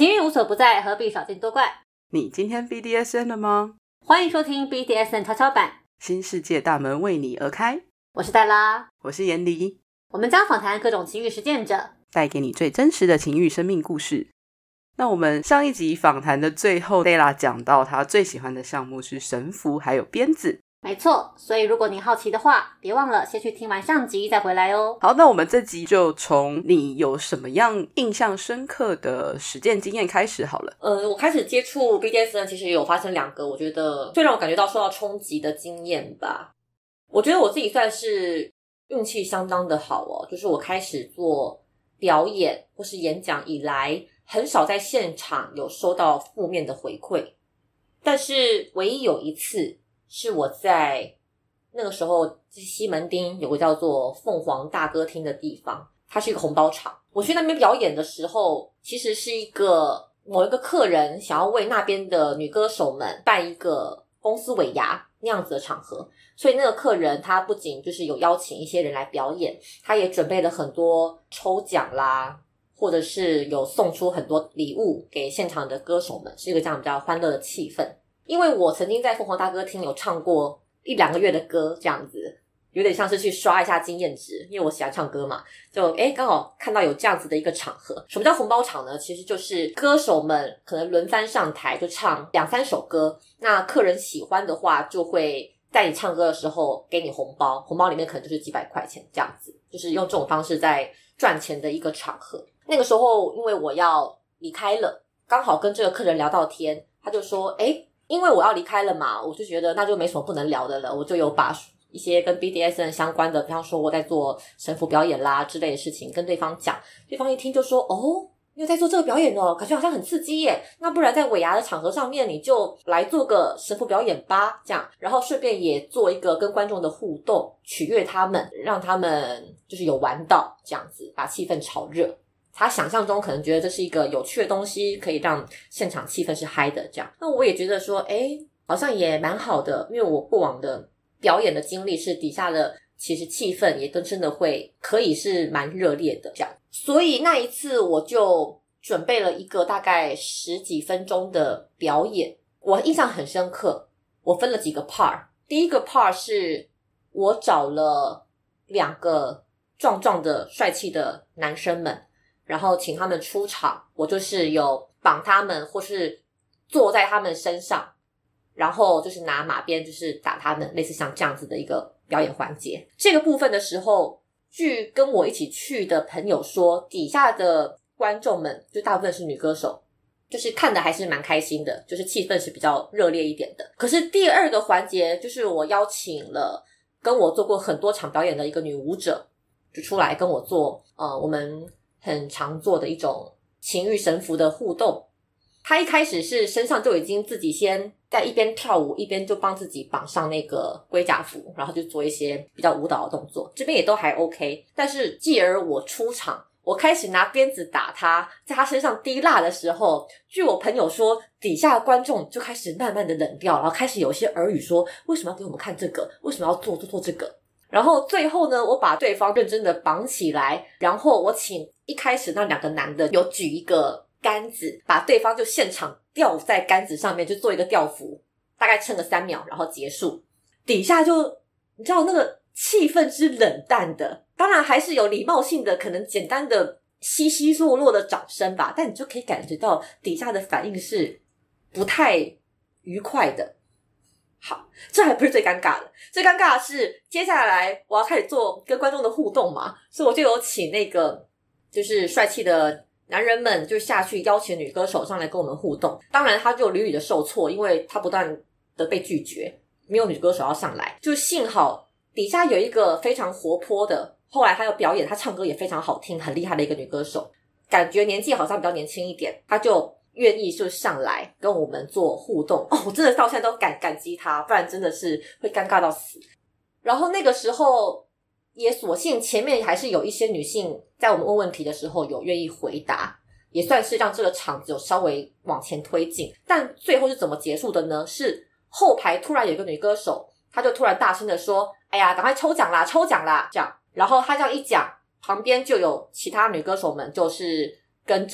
情欲无所不在，何必少见多怪？ 你今天 BDSN 了吗？ 欢迎收听 BDSN 悄悄版， 新世界大门为你而开。 我是黛拉， 我是妍梨， 我们将访谈各种情欲实践者， 带给你最真实的情欲生命故事。那我们上一集访谈的最后，黛拉讲到她最喜欢的项目是绳缚还有鞭子。 没错，所以如果你好奇的话，别忘了先去听完上集再回来哦。 好，那我们这集就从你有什么样印象深刻的实践经验开始好了。 我开始接触 BDSN 其实也有发生2个我觉得最让我感觉到受到冲击的经验吧。我觉得我自己算是运气相当的好哦，就是我开始做表演或是演讲以来，很少在现场有收到负面的回馈，但是唯一有一次是我在那个时候西门町有个叫做凤凰大歌厅的地方，它是一个红包场。我去那边表演的时候，其实是某一个客人想要为那边的女歌手们办一个公司尾牙那样子的场合，所以那个客人他不仅就是有邀请一些人来表演，他也准备了很多抽奖啦，或者是有送出很多礼物给现场的歌手们，是一个这样比较欢乐的气氛。因为我曾经在凤凰大歌厅有唱过1-2个月的歌，这样子有点像是去刷一下经验值，因为我喜欢唱歌嘛，就刚好看到有这样子的一个场合。什么叫红包场呢？其实就是歌手们可能轮番上台就唱2-3首歌，那客人喜欢的话就会在你唱歌的时候给你红包，红包里面可能就是几百块钱这样子，就是用这种方式在赚钱的一个场合。那个时候因为我要离开了，刚好跟这个客人聊到天，他就说因为我要离开了嘛，我就觉得那就没什么不能聊的了，我就有把一些跟 BDSN 相关的，比方说我在做绳缚表演啦之类的事情跟对方讲，对方一听就说你有在做这个表演哦，感觉好像很刺激耶，那不然在尾牙的场合上面你就来做个绳缚表演吧，这样，然后顺便也做一个跟观众的互动，取悦他们，让他们就是有玩到这样子，把气氛炒热。他想象中可能觉得这是一个有趣的东西，可以让现场气氛是嗨的这样。那我也觉得说好像也蛮好的，因为我过往的表演的经历是底下的其实气氛也真的会可以是蛮热烈的这样。所以那一次我就准备了一个大概10几分钟的表演，我印象很深刻。我分了几个 part， 第一个 part 是我找了2个壮壮的帅气的男生们，然后请他们出场，我就是有绑他们或是坐在他们身上，然后就是拿马鞭就是打他们，类似像这样子的一个表演环节。这个部分的时候，据跟我一起去的朋友说，底下的观众们就大部分是女歌手，就是看的还是蛮开心的，就是气氛是比较热烈一点的。可是第2个环节就是我邀请了跟我做过很多场表演的一个女舞者，就出来跟我做我们很常做的一种情欲绳缚的互动。他一开始是身上就已经自己先在一边跳舞一边就帮自己绑上那个龟甲服，然后就做一些比较舞蹈的动作，这边也都还 OK。 但是继而我出场，我开始拿鞭子打他，在他身上滴蜡的时候，据我朋友说，底下的观众就开始慢慢的冷掉，然后开始有一些耳语说为什么要给我们看这个，为什么要做这个。然后最后呢，我把对方认真的绑起来，然后我请一开始那2个男的有举一个杆子，把对方就现场吊在杆子上面，就做一个吊服，大概撑个3秒，然后结束。底下就你知道那个气氛之冷淡的，当然还是有礼貌性的可能简单的稀稀落落的掌声吧，但你就可以感觉到底下的反应是不太愉快的。好，这还不是最尴尬的，最尴尬的是接下来我要开始做跟观众的互动嘛，所以我就有请那个就是帅气的男人们就下去邀请女歌手上来跟我们互动。当然他就屡屡的受挫，因为他不断的被拒绝，没有女歌手要上来。就幸好底下有一个非常活泼的，后来他有表演，他唱歌也非常好听很厉害的一个女歌手，感觉年纪好像比较年轻一点，他就愿意就上来跟我们做互动。我真的到现在都感激他，不然真的是会尴尬到死。然后那个时候也所幸前面还是有一些女性在我们问问题的时候有愿意回答，也算是让这个场子有稍微往前推进。但最后是怎么结束的呢？是后排突然有一个女歌手，她就突然大声的说哎呀赶快抽奖啦抽奖啦这样。然后她这样一讲，旁边就有其他女歌手们就是跟着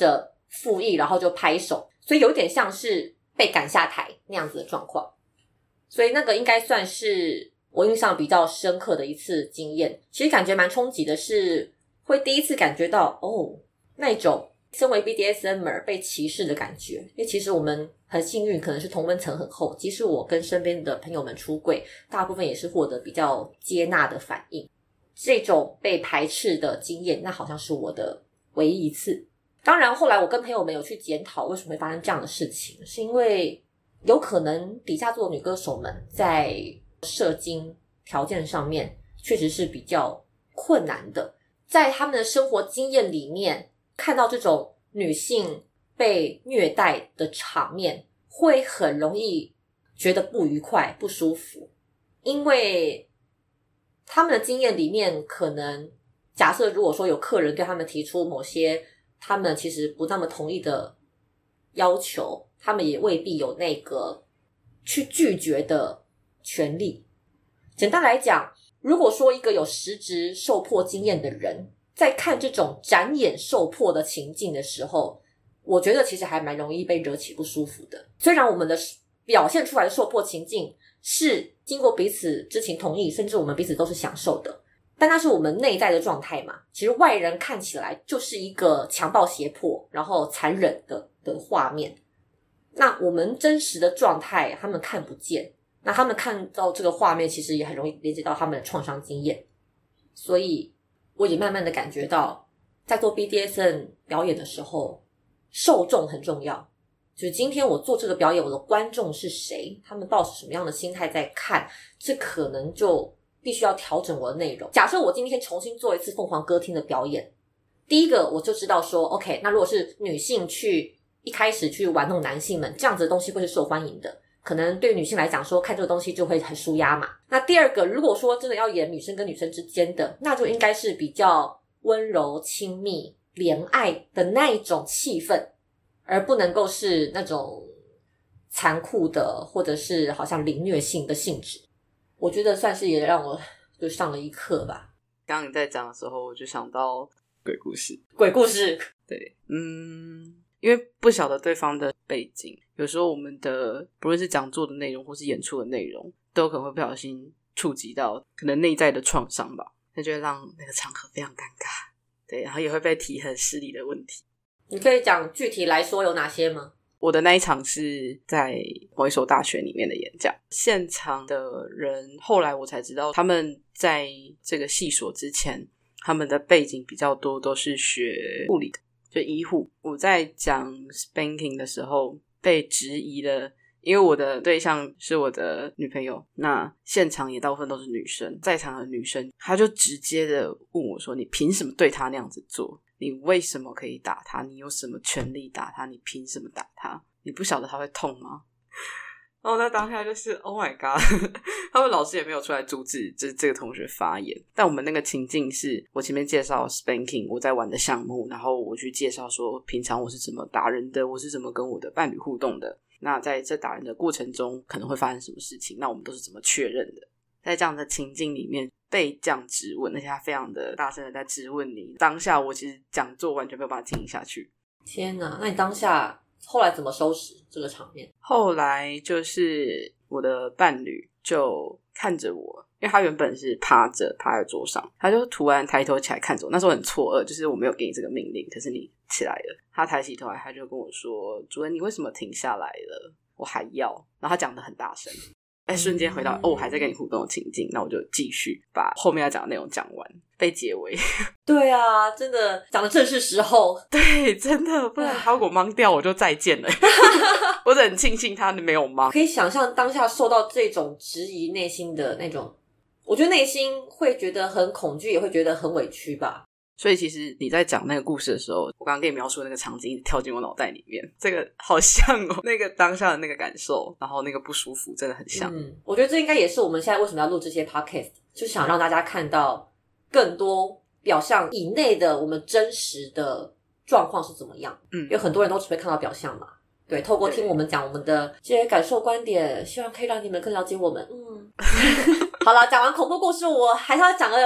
附议，然后就拍手，所以有点像是被赶下台那样子的状况。所以那个应该算是我印象比较深刻的一次经验。其实感觉蛮冲击的是，会第一次感觉到那种身为 BDSMer 被歧视的感觉。因为其实我们很幸运，可能是同温层很厚，即使我跟身边的朋友们出柜，大部分也是获得比较接纳的反应。这种被排斥的经验，那好像是我的唯一一次。当然后来我跟朋友们有去检讨为什么会发生这样的事情，是因为有可能底下做的女歌手们在社经条件上面确实是比较困难的，在他们的生活经验里面看到这种女性被虐待的场面，会很容易觉得不愉快不舒服。因为他们的经验里面，可能假设如果说有客人对他们提出某些他们其实不那么同意的要求，他们也未必有那个去拒绝的权利。简单来讲，如果说一个有实质受迫经验的人在看这种展演受迫的情境的时候，我觉得其实还蛮容易被惹起不舒服的。虽然我们的表现出来的受迫情境是经过彼此知情同意，甚至我们彼此都是享受的，但那是我们内在的状态嘛。其实外人看起来就是一个强暴胁迫然后残忍的画面，那我们真实的状态他们看不见，那他们看到这个画面其实也很容易连接到他们的创伤经验。所以我也慢慢的感觉到，在做 BDSM 表演的时候，受众很重要。就是今天我做这个表演，我的观众是谁，他们抱着什么样的心态在看，这可能就必须要调整我的内容。假设我今天重新做一次凤凰歌厅的表演，第一个我就知道说 OK， 那如果是女性去一开始去玩弄男性们，这样子的东西会是受欢迎的，可能对于女性来讲说看这个东西就会很抒压嘛。那第二个，如果说真的要演女生跟女生之间的，那就应该是比较温柔亲密怜爱的那一种气氛，而不能够是那种残酷的或者是好像凌虐性的性质。我觉得算是也让我就上了一课吧。 刚刚你在讲的时候，我就想到鬼故事。对，因为不晓得对方的背景，有时候我们的不论是讲座的内容或是演出的内容，都有可能会不小心触及到可能内在的创伤吧，那就会让那个场合非常尴尬。对，然后也会被提很失礼的问题。 你可以讲具体来说有哪些吗？ 我的那一场是在某一所大学里面的演讲，现场的人后来我才知道，他们在这个系所之前，他们的背景比较多都是学护理的，就医护。我在讲 spanking 的时候被质疑了，因为我的对象是我的女朋友，那现场也大部分都是女生，在场的女生她就直接的问我说，你凭什么对她那样子做？你为什么可以打他？你有什么权利打他？你凭什么打他？你不晓得他会痛吗？然后那当下就是 Oh my god 他们老师也没有出来阻止这个同学发言，但我们那个情境是我前面介绍 spanking 我在玩的项目，然后我去介绍说平常我是怎么打人的，我是怎么跟我的伴侣互动的，那在这打人的过程中可能会发生什么事情，那我们都是怎么确认的。在这样的情境里面被这样质问，而且他非常的大声的在质问你，当下我其实讲座完全没有办法听下去。 天哪，那你当下后来怎么收拾这个场面？ 后来就是我的伴侣就看着我，因为他原本是趴在桌上，他就突然抬头起来看着我，那时候很错愕，就是我没有给你这个命令，可是你起来了。他抬起头来，他就跟我说，主任你为什么停下来了？我还要。然后他讲得很大声，瞬间回到我还在跟你互动的情境，那我就继续把后面要讲的内容讲完，被结尾。 对啊，真的讲的正是时候。 对，真的，不然他如果懵掉我就再见了。我只很庆幸他没有懵。 可以想象当下受到这种质疑，内心的那种，我觉得内心会觉得很恐惧，也会觉得很委屈吧。 所以其实你在讲那个故事的时候，我刚刚跟你描述的那个场景一直跳进我脑袋里面，这个好像那个当下的那个感受，然后那个不舒服真的很像。 我觉得这应该也是我们现在为什么要录这些 podcast， 就是想让大家看到更多表象以内的我们真实的状况是怎么样。因为很多人都只会看到表象嘛。对，透过听我们讲我们的这些感受观点，希望可以让你们更了解我们。好了，讲完恐怖故事，我还是要讲个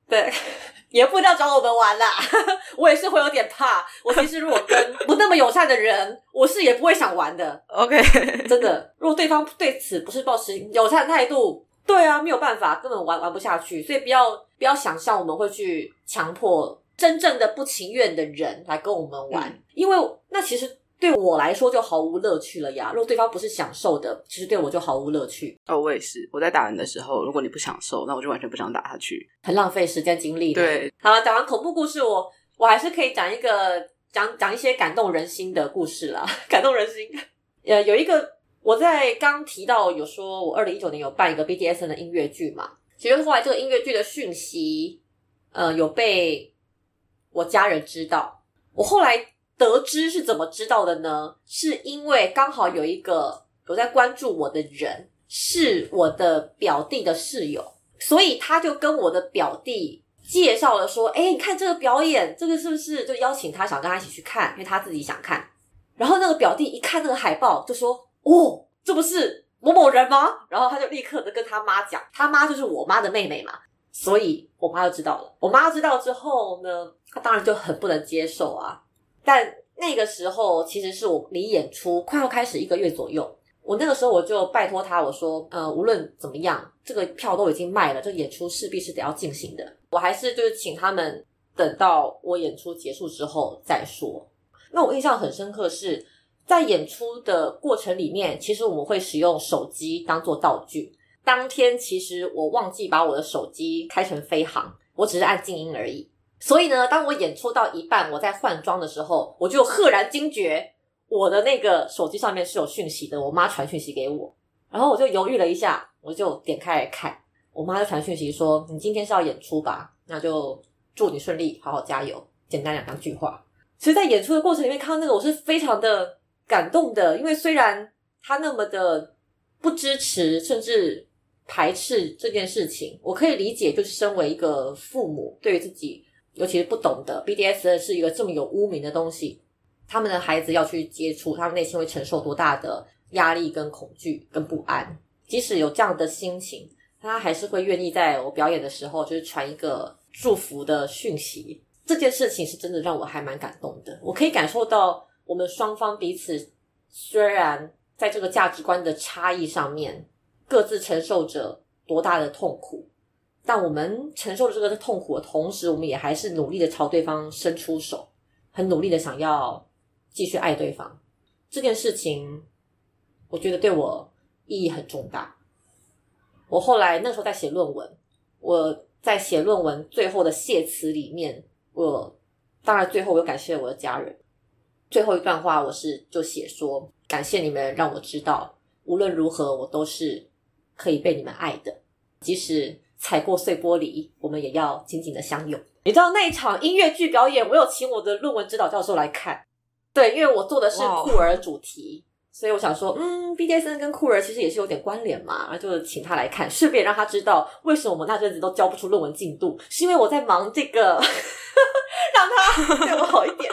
对，也不一定要找我们玩啦。我也是会有点怕。我其实如果跟不那么友善的人，我是也不会想玩的。 OK， 真的，如果对方对此不是抱持友善态度，对啊，没有办法，根本玩不下去。所以不要想象我们会去强迫真正的不情愿的人来跟我们玩，因为那其实对我来说就毫无乐趣了呀。如果对方不是享受的，其实对我就毫无乐趣。 我也是，我在打人的时候，如果你不享受，那我就完全不想打下去， 很浪费时间精力的。 对， 好了，讲完恐怖故事，我还是可以讲一些感动人心的故事啦。感动人心。有一个我在刚提到有说我2019年有办一个 BDSM 的音乐剧嘛，其实后来这个音乐剧的讯息有被我家人知道。我后来得知是怎么知道的呢？是因为刚好有一个有在关注我的人是我的表弟的室友，所以他就跟我的表弟介绍了说，你看这个表演，这个是不是就邀请他想跟他一起去看，因为他自己想看。然后那个表弟一看那个海报就说，这不是某某人吗？然后他就立刻的跟他妈讲，他妈就是我妈的妹妹嘛，所以我妈就知道了。我妈知道之后呢，她当然就很不能接受啊。但那个时候其实是我离演出快要开始1个月左右，我那个时候我就拜托他，我说无论怎么样，这个票都已经卖了，这个演出势必是得要进行的，我还是就是请他们等到我演出结束之后再说。那我印象很深刻是在演出的过程里面，其实我们会使用手机当做道具。当天其实我忘记把我的手机开成飞行，我只是按静音而已。所以呢，当我演出到一半，我在换装的时候，我就赫然惊觉我的那个手机上面是有讯息的，我妈传讯息给我。然后我就犹豫了一下，我就点开来看，我妈就传讯息说，你今天是要演出吧，那就祝你顺利，好好加油，简单2句话。其实在演出的过程里面看到那个，我是非常的感动的，因为虽然他那么的不支持甚至排斥这件事情，我可以理解，就是身为一个父母，对于自己尤其是不懂得 BDSM 是一个这么有污名的东西，他们的孩子要去接触，他们内心会承受多大的压力跟恐惧跟不安。即使有这样的心情，他还是会愿意在我表演的时候就是传一个祝福的讯息。这件事情是真的让我还蛮感动的，我可以感受到我们双方彼此虽然在这个价值观的差异上面各自承受着多大的痛苦，但我们承受着这个痛苦的同时，我们也还是努力的朝对方伸出手，很努力的想要继续爱对方。这件事情我觉得对我意义很重大。我后来那时候在写论文，我在写论文最后的谢词里面，我当然最后我又感谢我的家人。最后一段话我就写说，感谢你们让我知道无论如何我都是可以被你们爱的，即使踩过碎玻璃，我们也要紧紧的相拥。你知道那一场音乐剧表演，我有请我的论文指导教授来看。对，因为我做的是酷儿主题，所以我想说BDSM 跟酷儿其实也是有点关联嘛，然后就请他来看，顺便让他知道为什么我们那阵子都交不出论文进度，是因为我在忙这个让他对我好一点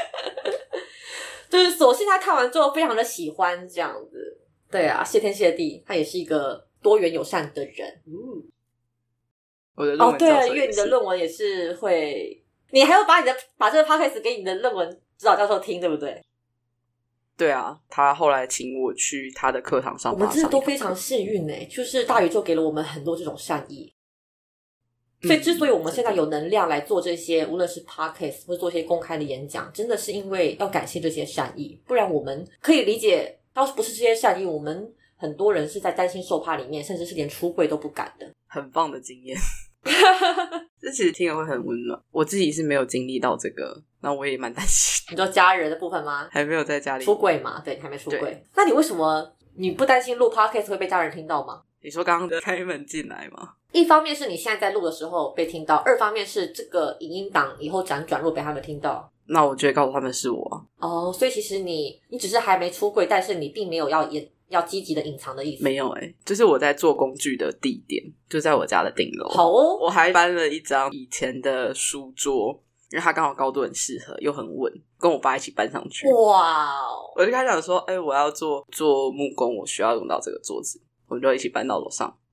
就是所幸他看完之后非常的喜欢这样子。对啊，谢天谢地，他也是一个多元友善的人。 我的论文对啊，因为你的论文也是会，你还要把这个 podcast 给你的论文指导教授听，对不对？ 对啊，他后来请我去他的课堂上， 我们真的都非常幸运就是大宇宙给了我们很多这种善意。所以之所以我们现在有能量来做这些无论是 podcast 或者做一些公开的演讲，真的是因为要感谢这些善意，不然我们可以理解，要是不是这些善意，我们很多人是在担心受怕里面，甚至是连出柜都不敢的。 很棒的经验这其实听了会很温暖，我自己是没有经历到这个，那我也蛮担心。 你说家人的部分吗？ 还没有在家里出柜嘛？对，你还没出柜。那你为什么你不担心录 podcast 会被家人听到吗？ 你说刚刚的开门进来吗？ 一方面是你现在在录的时候被听到，二方面是这个影音档以后转若被他们听到， 那我就会告诉他们是我所以其实你只是还没出柜，但是你并没有要积极的隐藏的意思。 没有就是我在做工具的地点就在我家的顶楼。 好我还搬了一张以前的书桌，因为它刚好高度很适合又很稳，跟我爸一起搬上去。 哇我就跟他讲说我要做木工，我需要用到这个桌子，我们就一起搬到楼上。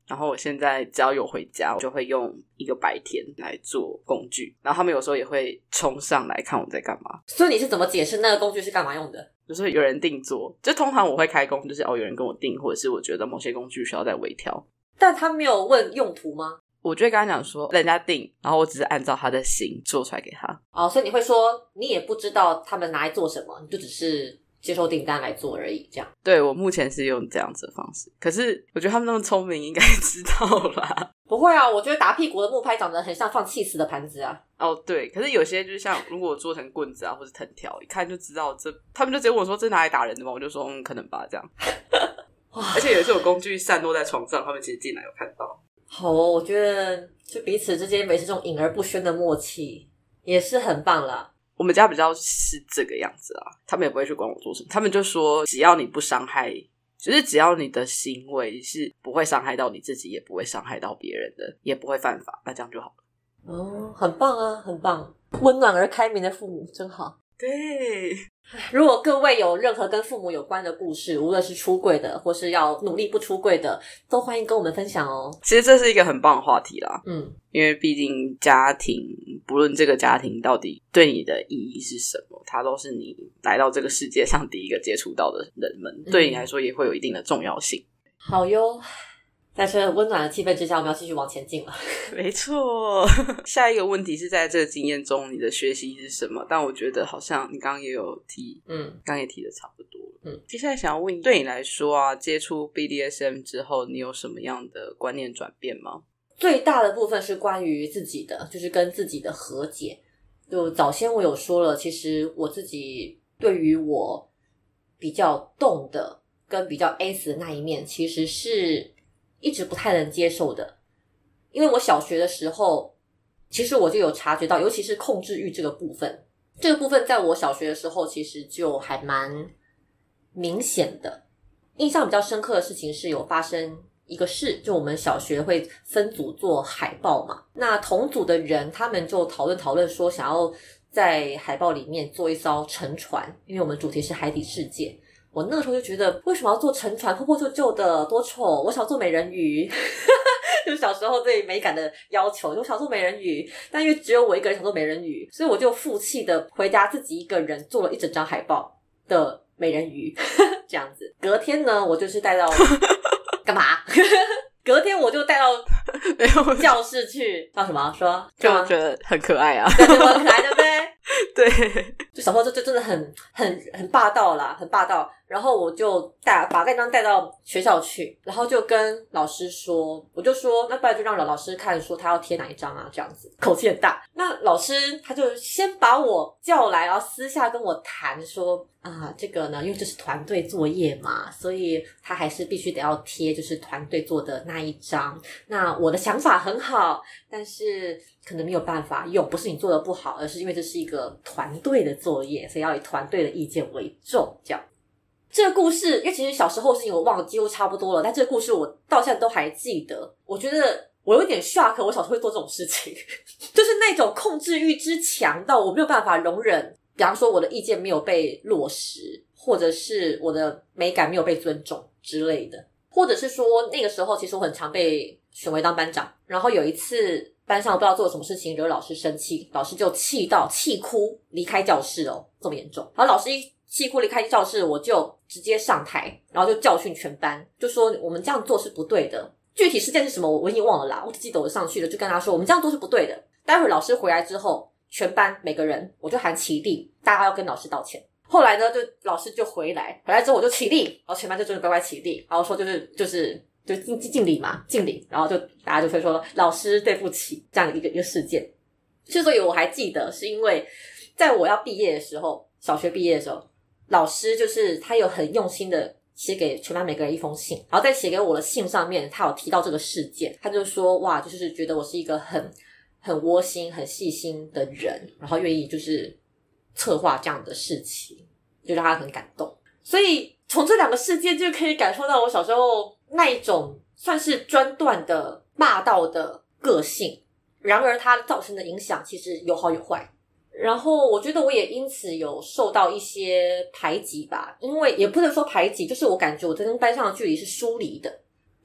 然后我现在只要有回家，我就会用一个白天来做工具，然后他们有时候也会冲上来看我在干嘛。 所以你是怎么解释那个工具是干嘛用的？ 就是有人定做，就通常我会开工，就是有人跟我定，或者是我觉得某些工具需要再微调。 但他没有问用途吗？ 我就会跟他讲说人家定，然后我只是按照他的型做出来给他。 哦，所以你会说你也不知道他们拿来做什么，你就只是接受订单来做而已，这样。 对，我目前是用这样子的方式，可是我觉得他们那么聪明应该知道啦。 不会啊，我觉得打屁股的木拍长得很像放气死的盘子啊。 哦，对，可是有些就像如果我做成棍子啊或者藤条，一看就知道他们就直接问我说这拿来打人的吗？我就说可能吧，这样。而且有一次有工具散落在床上，他们其实进来有看到。 好哦，我觉得就彼此之间维持这种隐而不宣的默契也是很棒啦。 我们家比较是这个样子啊，他们也不会去管我做什么，他们就说只要你不伤害，就是只要你的行为是不会伤害到你自己，也不会伤害到别人的，也不会犯法，那这样就好了。 哦，很棒啊，很棒，温暖而开明的父母真好。 对， 如果各位有任何跟父母有关的故事，无论是出柜的或是要努力不出柜的，都欢迎跟我们分享哦。 其实这是一个很棒的话题啦， 因为毕竟家庭，不论这个家庭到底对你的意义是什么，它都是你来到这个世界上第一个接触到的人们，对你来说也会有一定的重要性。 好哟，在这温暖的气氛之下，我们要继续往前进了。 没错，下一个问题是在这个经验中你的学习是什么？但我觉得好像你刚刚也有提，刚刚也提的差不多了。接下来想要问你，对你来说啊，接触 BDSM 之后，你有什么样的观念转变吗？ 最大的部分是关于自己的，就是跟自己的和解。就早先我有说了，其实我自己对于我比较动的跟比较 S 的那一面，其实是一直不太能接受的。因为我小学的时候，其实我就有察觉到，尤其是控制欲这个部分，在我小学的时候其实就还蛮明显的。印象比较深刻的事情是有发生一个事，就我们小学会分组做海报嘛，那同组的人他们就讨论说想要在海报里面做一艘沉船，因为我们主题是海底世界。我那个时候就觉得为什么要做沉船，破破旧旧的多丑，我想做美人鱼。就是小时候对美感的要求，我想做美人鱼，但因为只有我一个人想做美人鱼，所以我就负气的回家自己一个人做了一整张海报的美人鱼。这样子隔天呢我就是带到干嘛隔天我就带到教室去叫什么说就觉得很可爱啊。 对，我很可爱对不对？ 对， 就小时候就真的很霸道啦，很霸道。然后我就把那张带到学校去，然后就跟老师说，我就说那不然就让老师看说他要贴哪一张啊，这样子口气很大。那老师他就先把我叫来，然后私下跟我谈说啊，这个呢因为这是团队作业嘛，所以他还是必须得要贴就是团队做的那一张。那我的想法很好，但是可能没有办法用，不是你做的不好，而是因为这是一个团队的作业，所以要以团队的意见为重，这样。这个故事因为其实小时候的事情我忘了几乎差不多了，但这个故事我到现在都还记得。我觉得我有点 shock， 我小时候会做这种事情。就是那种控制欲之强到我没有办法容忍，比方说我的意见没有被落实，或者是我的美感没有被尊重之类的。或者是说那个时候其实我很常被选为当班长，然后有一次班上不知道做了什么事情惹老师生气，老师就气哭离开教室哦，这么严重。然后老师一气哭离开教室，我就直接上台，然后就教训全班，就说我们这样做是不对的。具体事件是什么我已经忘了啦，我只记得我上去了就跟他说我们这样做是不对的。待会儿老师回来之后，全班每个人我就喊起立，大家要跟老师道歉。后来呢就老师就回来之后我就起立，然后全班就真的乖乖起立，然后说就敬礼嘛，敬礼，然后就大家就会说老师对不起，这样一个事件。之所以我还记得是因为在我要毕业的时候，小学毕业的时候，老师就是他有很用心的写给全班每个人一封信，然后在写给我的信上面他有提到这个事件，他就说哇就是觉得我是一个很窝心很细心的人，然后愿意就是策划这样的事情，就让他很感动。所以从这两个事件就可以感受到我小时候那一种算是专断的霸道的个性，然而它造成的影响其实有好有坏。然后我觉得我也因此有受到一些排挤吧，因为也不能说排挤，就是我感觉我跟班上的距离是疏离的，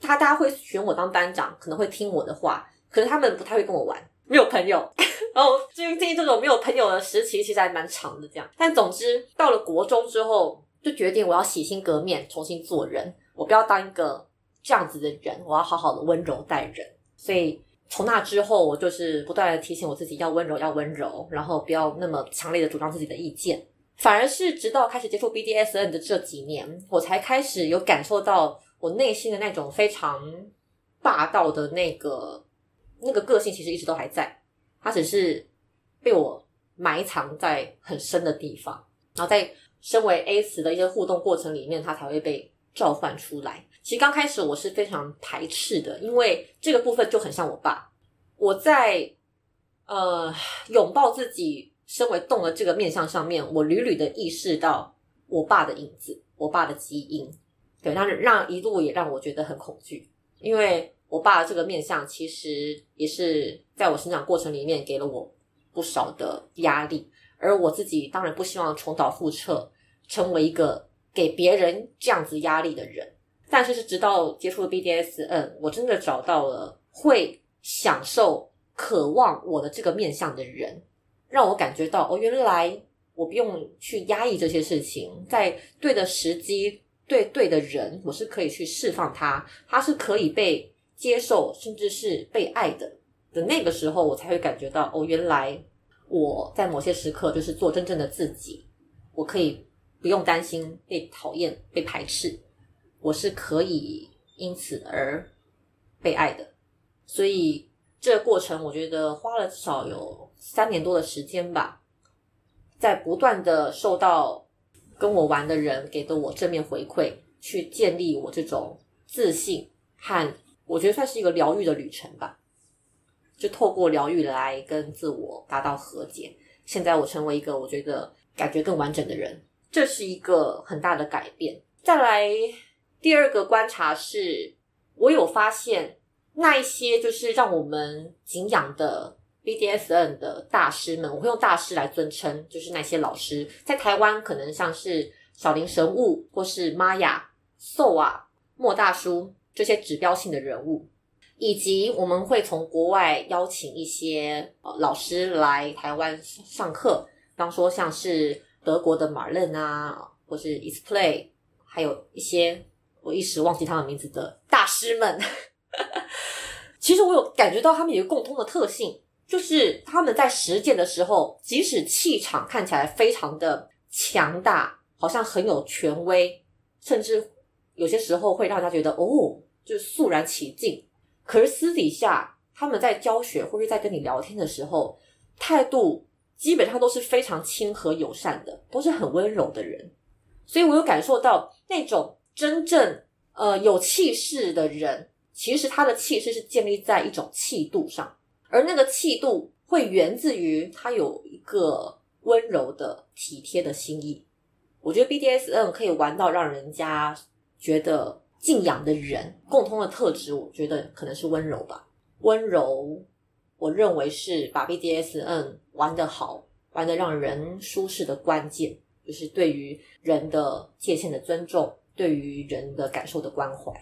大家会选我当班长，可能会听我的话，可是他们不太会跟我玩，没有朋友。然后最近这种没有朋友的时期其实还蛮长的这样。但总之到了国中之后，就决定我要洗心革面，重新做人，我不要当一个这样子的人，我要好好的温柔待人。所以从那之后，我就是不断的提醒我自己要温柔，要温柔，然后不要那么强烈的主张自己的意见。反而是直到开始接触 BDSM 的这几年，我才开始有感受到我内心的那种非常霸道的那个个性，其实一直都还在，它只是被我埋藏在很深的地方，然后在身为 A 词的一些互动过程里面，它才会被召唤出来。其实刚开始我是非常排斥的，因为这个部分就很像我爸。我在拥抱自己身为动的这个面向上面，我屡屡的意识到我爸的影子，我爸的基因。对，让一度也让我觉得很恐惧，因为我爸的这个面向其实也是在我成长过程里面给了我不少的压力，而我自己当然不希望重蹈覆辙，成为一个给别人这样子压力的人。但是直到接触了 BDSM， 我真的找到了会享受、渴望我的这个面向的人，让我感觉到原来我不用去压抑这些事情，在对的时机对的人，我是可以去释放他是可以被接受甚至是被爱的那个时候，我才会感觉到原来我在某些时刻就是做真正的自己，我可以不用担心被讨厌被排斥，我是可以因此而被爱的。所以这个过程我觉得花了至少有3年多的时间吧，在不断的受到跟我玩的人给的我正面回馈，去建立我这种自信，和我觉得算是一个疗愈的旅程吧，就透过疗愈来跟自我达到和解。现在我成为一个我觉得感觉更完整的人，这是一个很大的改变。再来第二个观察是，我有发现那一些就是让我们敬仰的 BDSM 的大师们，我会用大师来尊称，就是那些老师，在台湾可能像是小林神物或是玛雅、寿啊、莫大叔这些指标性的人物，以及我们会从国外邀请一些老师来台湾上课，比方说像是德国的马勒啊，或是 Isplay， 还有一些我一时忘记他们名字的大师们其实我有感觉到他们有一个共通的特性，就是他们在实践的时候，即使气场看起来非常的强大，好像很有权威，甚至有些时候会让人家觉得就是肃然起敬，可是私底下他们在教学或是在跟你聊天的时候，态度基本上都是非常亲和友善的，都是很温柔的人。所以我有感受到那种真正有气势的人，其实他的气势是建立在一种气度上，而那个气度会源自于他有一个温柔的体贴的心意。我觉得 BDSM 可以玩到让人家觉得敬仰的人，共通的特质我觉得可能是温柔吧。温柔我认为是把 BDSM 玩得好，玩得让人舒适的关键，就是对于人的界限的尊重，对于人的感受的关怀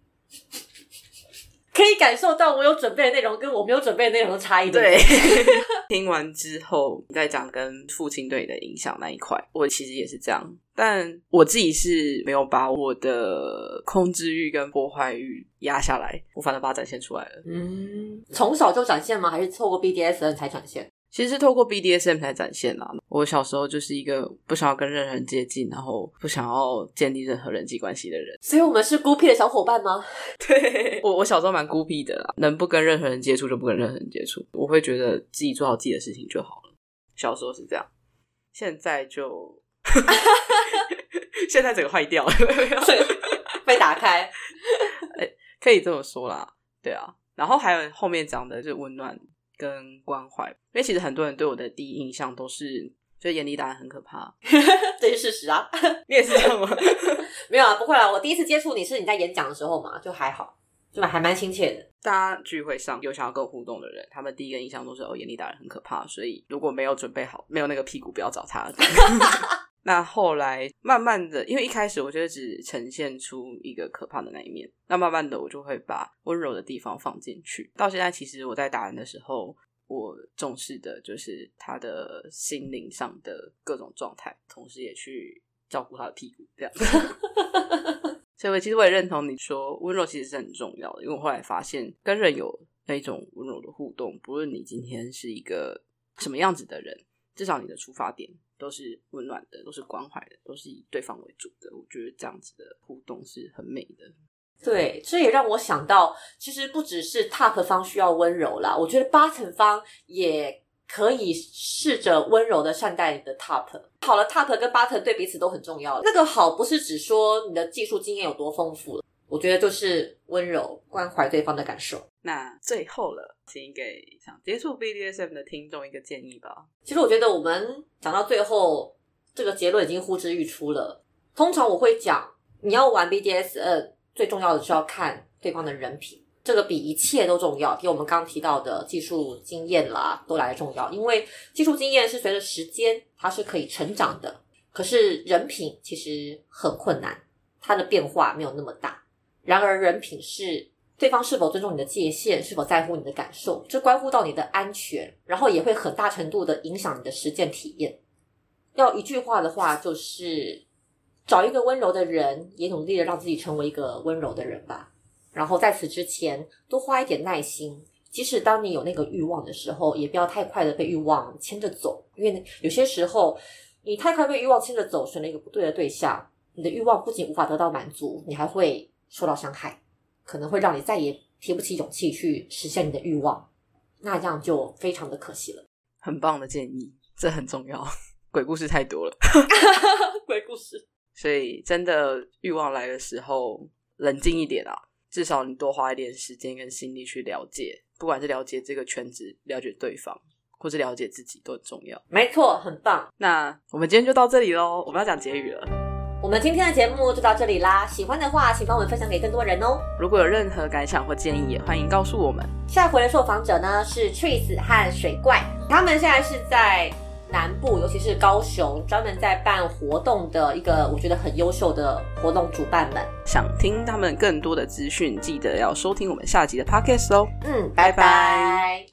可以感受到我有准备的内容跟我没有准备的内容的差异。 对听完之后你在讲跟父亲对你的影响那一块，我其实也是这样，但我自己是没有把我的控制欲跟破坏欲压下来，我反而把它展现出来了。 从小就展现吗？还是透过 BDSM 才展现？ 其实是透过 BDSM 才展现啦。我小时候就是一个不想要跟任何人接近，然后不想要建立任何人际关系的人。 所以我们是孤僻的小伙伴吗？ 对，我小时候蛮孤僻的啦，能不跟任何人接触就不跟任何人接触，我会觉得自己做好自己的事情就好了。小时候是这样，现在就现在整个坏掉了被打开可以这么说啦。对啊，然后还有后面讲的就是温暖跟关怀，因为其实很多人对我的第一印象都是就严厉达人很可怕这是事实啊你也是这样吗？ 没有啊，不会啦，我第一次接触你是你在演讲的时候嘛，就还好，就还蛮亲切的。 大家聚会上有想要跟我互动的人，他们第一个印象都是严厉达人很可怕，所以如果没有准备好，没有那个屁股不要找他那后来慢慢的，因为一开始我觉得只呈现出一个可怕的那一面，那慢慢的我就会把温柔的地方放进去。到现在其实我在打人的时候，我重视的就是他的心灵上的各种状态，同时也去照顾他的屁股这样所以其实我也认同你说温柔其实是很重要的，因为我后来发现跟人有那一种温柔的互动，不论你今天是一个什么样子的人，至少你的出发点都是温暖的，都是关怀的，都是以对方为主的。我觉得这样子的互动是很美的。 对，这也让我想到，其实不只是 top 方需要温柔啦，我觉得 bottom 方也可以试着温柔的善待你的 top。 好了， top 跟 bottom 对彼此都很重要，那个好不是指说你的技术经验有多丰富，我觉得就是温柔关怀对方的感受。 那最后了，请给想接触 BDSM 的听众一个建议吧。 其实我觉得我们讲到最后，这个结论已经呼之欲出了。通常我会讲，你要玩 BDSM 最重要的是要看对方的人品，这个比一切都重要，比我们刚刚提到的技术经验啦都来得重要。因为技术经验是随着时间它是可以成长的，可是人品其实很困难，它的变化没有那么大。然而人品是对方是否尊重你的界限，是否在乎你的感受，这关乎到你的安全，然后也会很大程度的影响你的实践体验。要一句话的话，就是找一个温柔的人，也努力的让自己成为一个温柔的人吧。然后在此之前多花一点耐心，即使当你有那个欲望的时候，也不要太快的被欲望牵着走，因为有些时候你太快被欲望牵着走，选了一个不对的对象，你的欲望不仅无法得到满足，你还会受到伤害，可能会让你再也提不起勇气去实现你的欲望，那这样就非常的可惜了。 很棒的建议，这很重要。鬼故事太多了鬼故事， 所以真的欲望来的时候冷静一点啊，至少你多花一点时间跟心力去了解，不管是了解这个圈子，了解对方，或是了解自己，都很重要。 没错，很棒。 那我们今天就到这里咯，我们要讲结语了。 我们今天的节目就到这里啦，喜欢的话请帮我们分享给更多人哦。 如果有任何感想或建议，也欢迎告诉我们。 下回的受访者呢是 Trace 和水怪，他们现在是在南部，尤其是高雄，专门在办活动的一个我觉得很优秀的活动主办们。 想听他们更多的资讯，记得要收听我们下集的 Podcast 哦。 拜拜。